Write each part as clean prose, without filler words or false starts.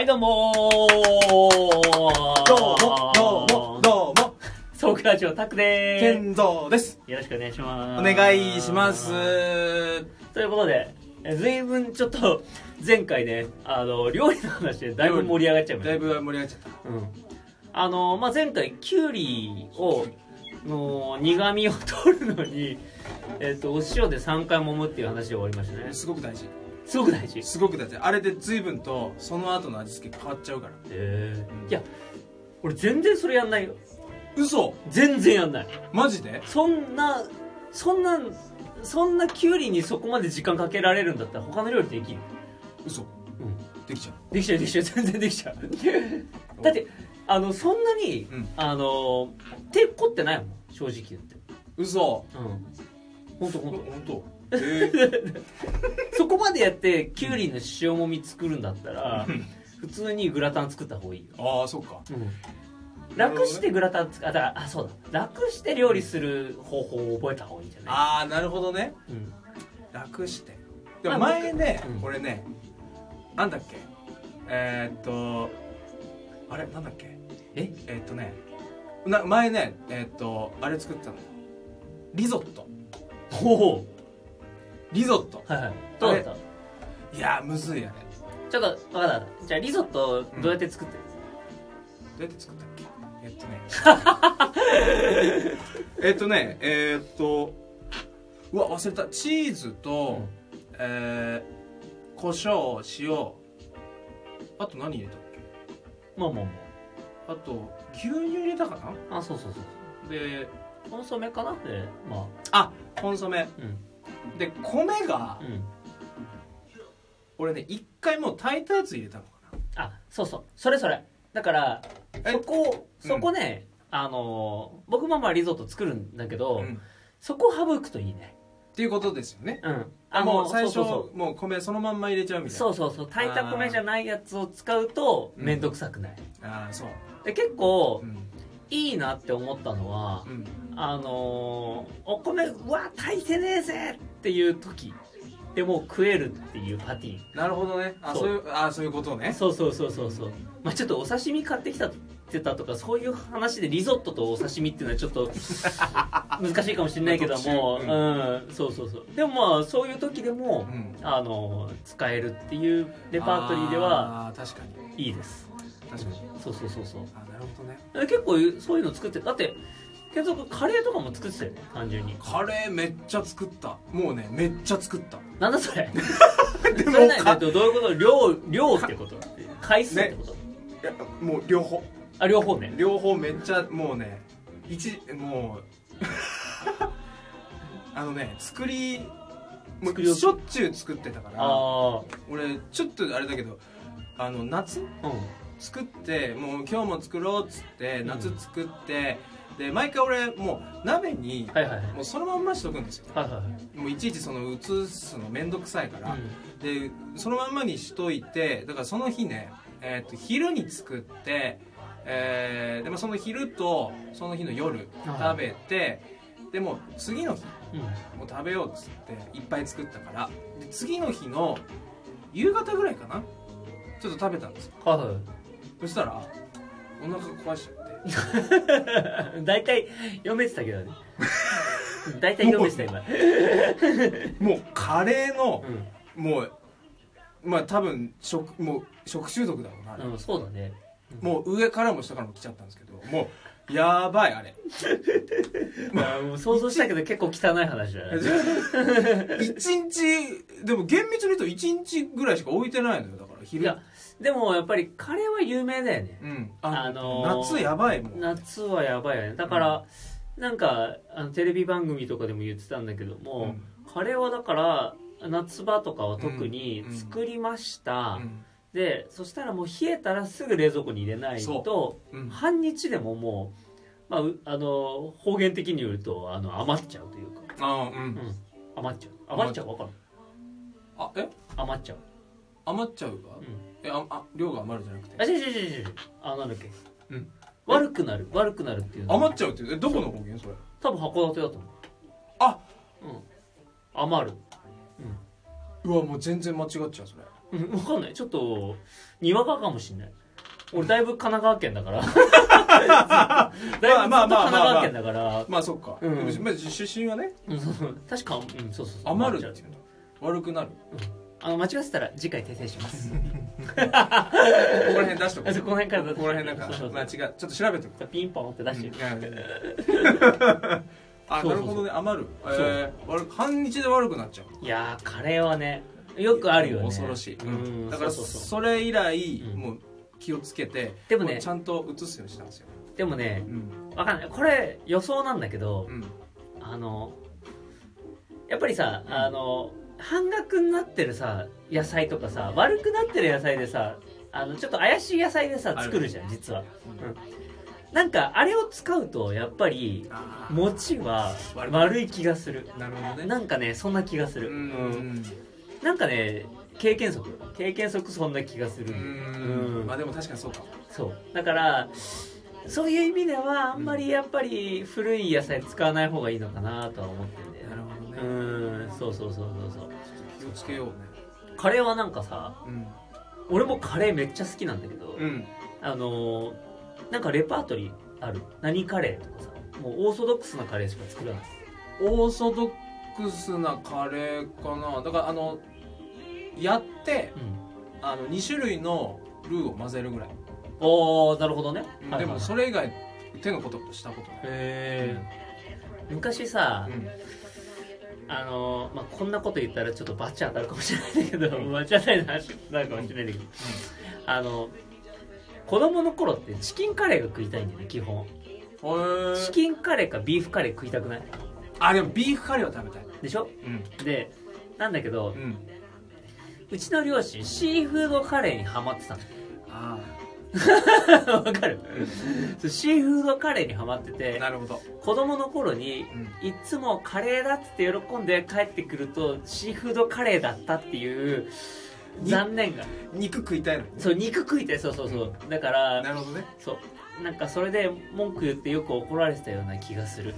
はいどうもソークラジオタクでーす。健三です。 よろしくお願いします。 お願いします。 ということで、随分ちょっと前回ね、料理の話でだいぶ盛り上がっちゃいました。 だいぶ盛り上がっちゃった。 前回キュウリをの苦味を取るのに、お塩で3回揉むっていう話で終わりましたね。 すごく大事。 すごく大事。 すごく大事。あれで随分とその後の味付け変わっちゃうから。 いや、俺全然それやんないよ。 嘘？ 全然やんない。 マジで？ そんなキュウリにそこまで時間かけられるんだったら他の料理できる。 嘘？できちゃう。 できちゃう。全然できちゃう。だってそんなに、手凝ってないもん、正直言って。 嘘？ ほんとそこまでやってキュウリの塩もみ作るんだったら普通にグラタン作った方がいいよ。 ああ、そうか。 楽してグラタンそうだ、楽して料理する方法を覚えた方がいいんじゃない？ ああ、なるほどね。楽して。でも前ね、俺ね、なんだっけ、あれなんだっけ、前ね、あれ作ったの、リゾット。 ほう、 リゾット。 はいはい。どうだった？ いやー、むずいあれ。 ちょっと分かった。じゃあリゾットどうやって作ってる？ どうやって作ったっけ？うわ、忘れた。チーズと、胡椒、塩、あと何入れたっけ？あと牛乳入れたかな？ あ、そうでコンソメかな？で、 コンソメ、で米が、俺ね、一回もう炊いたやつ入れたのかな。 あ、そうそれだからそこね、僕もリゾット作るんだけど、そこを省くといいねっていうことですよね。もう最初もう米そのまんま入れちゃうみたいな。 そう炊いた米じゃないやつを使うと面倒くさくない。 そうで結構、いいなって思ったのは、お米炊いてねえぜっていう時でも食えるっていうパティ。 なるほどね。そういうことね。 そうちょっとお刺身買ってきたとかそういう話でリゾットとお刺身っていうのはちょっと難しいかもしれないけども、そうでもそういう時でも、使えるっていうレパートリーでは確かにいいです。 確かに。 そうなるほどね。 結構そういうの作って、だって健三君カレーとかも作ってたよね。単純にカレーめっちゃ作った。もうね、めっちゃ作った。 なんだそれでもそれ何どういうこと？量ってこと？回数ってこと？ いや、もう両方。 両方ね。 両方めっちゃ、もうね、もうしょっちゅう作ってたから。俺ちょっとあれだけど、夏、作って、もう今日も作ろうっつって夏作って、で毎回俺もう鍋にもうそのまんましとくんですよ。もういちいちその移すのめんどくさいから、でそのまんまにしといて、だからその日ね、昼に作って、でもその昼とその日の夜食べて、でも次の日、もう食べようっつっていっぱい作ったから、で次の日の夕方ぐらいかな、ちょっと食べたんですよ。そしたらお腹壊しちゃって大体読めてたけどね大体読めてた今もうカレーの、もう多分もう食中毒だろうな。 そうだね。 もう上からも下からも来ちゃったんですけど、もうやばいあれもう想像したけど結構汚い話だね一日でも厳密に言うと1日ぐらいしか置いてないのよ。だから昼。 いやでもやっぱりカレーは有名だよね。 夏やばいもん。 夏はやばいよね。だから、なんかテレビ番組とかでも言ってたんだけども、カレーはだから夏場とかは特に作りました、でそしたらもう冷えたらすぐ冷蔵庫に入れないと、半日でももう、方言的に言うと余っちゃうというか、余っちゃう分かる？余っちゃう量が余るじゃなくて、 違うなんだっけ、悪くなるっていうの。 余っちゃうってどこの方言それ？ 多分函館だと思う。余る。 うわ、もう全然間違っちゃうそれ。 分かんない、ちょっとにわかかもしんない。俺だいぶ神奈川県だからだいぶずっと神奈川県だからまあそっか、出身はね、 確かそう余るっていうの悪くなる、 間違ってたら次回訂正しますここら辺出しとく、 この辺からここら辺なんか間違ちょっと調べとく、 ピンポンって出してあ、なるほどね、余る、半日で悪くなっちゃう。 いやカレーはねよくあるよね、 恐ろしい、だからそれ以来もう気をつけて、でもねちゃんと移すようにしたんですよ。 でもね、わかんない、これ予想なんだけど、やっぱりさ、半額になってるさ野菜とかさ、悪くなってる野菜でさ、ちょっと怪しい野菜でさ作るじゃん実は、なんかあれを使うとやっぱり餅は悪い気がする。 なるほどね。 なんかねそんな気がする。なんかね経験則そんな気がする。 まあでも確かにそうか。 そうだからそういう意味ではあんまりやっぱり古い野菜使わない方がいいのかなとは思ってるんだよ。 なるほどね。 そう気をつけようね。 カレーはなんかさ、俺もカレーめっちゃ好きなんだけど、なんかレパートリーある？何カレーとかさ、もうオーソドックスなカレーしか作らない。 オーソドックスなカレーかな。だからやって、2種類のルーを混ぜるぐらい。 おー、なるほどね。 でもそれ以外手のことしたことない。 昔さ、こんなこと言ったらちょっとバチ当たるかもしれないんだけど、バチ当たりの話になるかもしれないんだけど、子供の頃ってチキンカレーが食いたいんだよね基本。チキンカレーかビーフカレー食いたくない？ でもビーフカレーは食べたいでしょ、でなんだけど、うちの両親シーフードカレーにハマってたの。わかる？シーフードカレーにハマってて、 なるほど。 子供の頃に、いつもカレーだっつって喜んで帰ってくるとシーフードカレーだったっていう残念が。 肉食いたいのに、 そう肉食いたい。そうだから、 なるほどね。 そうなんかそれで文句言ってよく怒られてたような気がする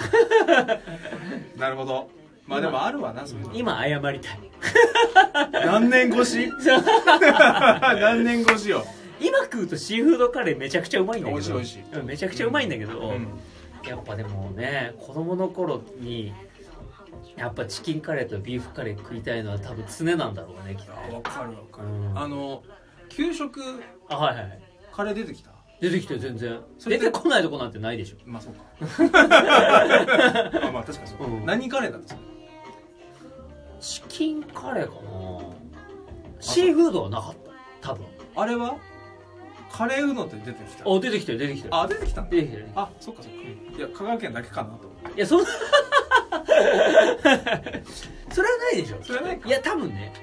なるほど。まあでもあるわな、それ。 今謝りたい何年越し何年越しよ。 今食うとシーフードカレーめちゃくちゃうまいんだけど、 美味しいめちゃくちゃうまいんだけど、やっぱでもね子供の頃にやっぱチキンカレーとビーフカレー食いたいのは多分常なんだろうねきっと。 わかる。給食カレー出てきた？ 出てきて全然出てこないとこなんてないでしょ。 まあそうかまあ確かにそう、何カレーだったんですか？ チキンカレーかな。シーフードはなかった多分。あれはカレーうどんって出てきた？ 出てきてる。出てきたんだ。 出てきてる。 そっか。いや香川県だけかなと思って。 いやそれはないでしょ。 それはないか。 いや多分ね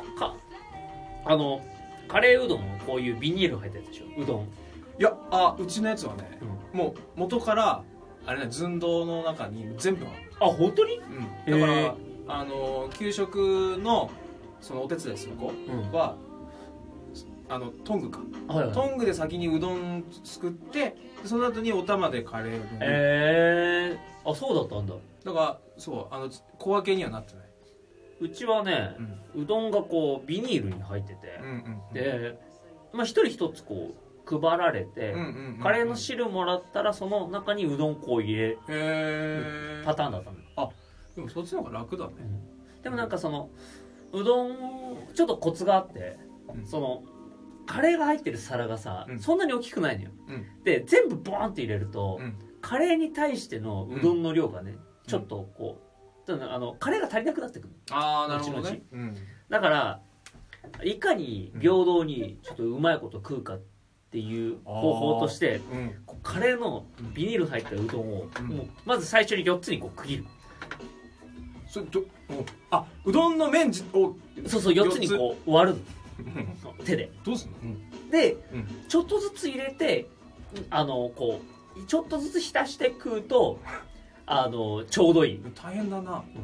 カレーうどんもこういうビニール入ったやつでしょうどん。 いやうちのやつはね、もう元からあれね寸胴の中に全部ある。 本当に？ だから給食のそのお手伝いする子は、トングか、トングで先にうどん作ってその後にお玉でカレーをそうだったんだ。 だから小分けにはなってない。 うちはね、うどんがこうビニールに入ってて、で一人一つこう配られて、カレーの汁もらったらその中にうどんこう入れるパターンだったの。 でもそっちの方が楽だね。 でもなんかそのうどんちょっとコツがあって、そのカレーが入ってる皿がさ、そんなに大きくないのよ、で全部ボーンって入れると、カレーに対してのうどんの量がね、ちょっとこうカレーが足りなくなってくる。 なるほどね。 だからいかに平等にちょっとうまいこと食うかっていう方法として、カレーのビニール入ったうどんを、もうまず最初に4つにこう区切る。 それうどんの麺を 4つにこう割るの手で。 どうすんの？で、ちょっとずつ入れてこうちょっとずつ浸して食うとちょうどいい。 大変だな、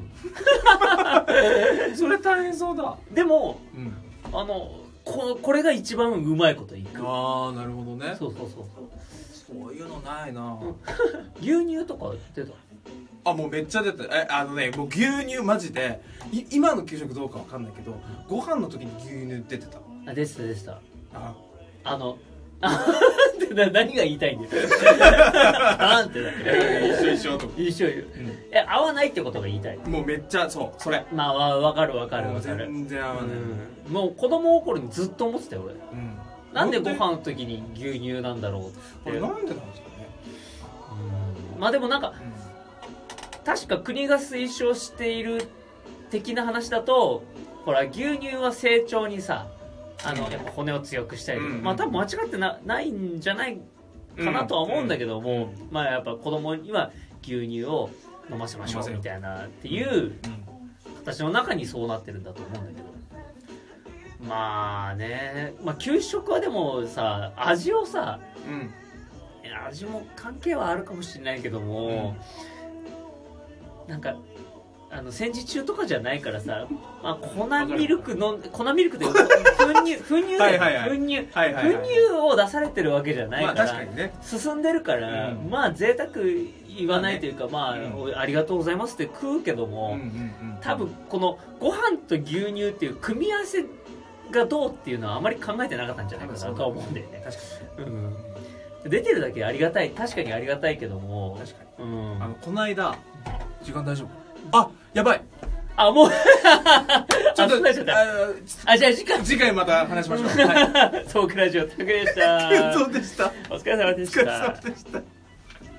それ大変そうだ。 でも、これが一番うまいこといく。 なるほどね。 そうそういうのないな。 牛乳とか出た？ もうめっちゃ出た。もう牛乳マジで今の給食どうかわかんないけど、ご飯の時に牛乳出てた。 出てた。 何が言いたいんだよ。なんて一緒と一緒よ。合わないってことが言いたい。 もうめっちゃそれ。 まあわかる。 全然合わない。 もう子供心にずっと思ってたよ俺。なんでご飯の時に牛乳なんだろうって。 これなんでなんですかね。 まあでもなんか確か国が推奨している的な話だと、ほら牛乳は成長にさ。やっぱ骨を強くしたりとか、まあ多分間違ってないんじゃないかなとは思うんだけども、まあやっぱ子供には牛乳を飲ませましょうみたいなっていう形の中にそうなってるんだと思うんだけど、まあね、まあ給食はでもさ、味をさ、味も関係はあるかもしれないけども、なんか戦時中とかじゃないからさ、まあ、粉ミルクで粉乳を出されてるわけじゃないから、進んでるから、まあ贅沢言わないというか、まあありがとうございますって食うけども、多分このご飯と牛乳っていう組み合わせがどうっていうのはあまり考えてなかったんじゃないかなとは思うんだよね。出てるだけありがたい、確かにありがたいけども、確かに、 この間時間大丈夫？やばい。 もうちょっとじゃあ次回また話しましょう。 トークラジオタクでした。 そうでした。 お疲れ様でした。 お疲れ様でした。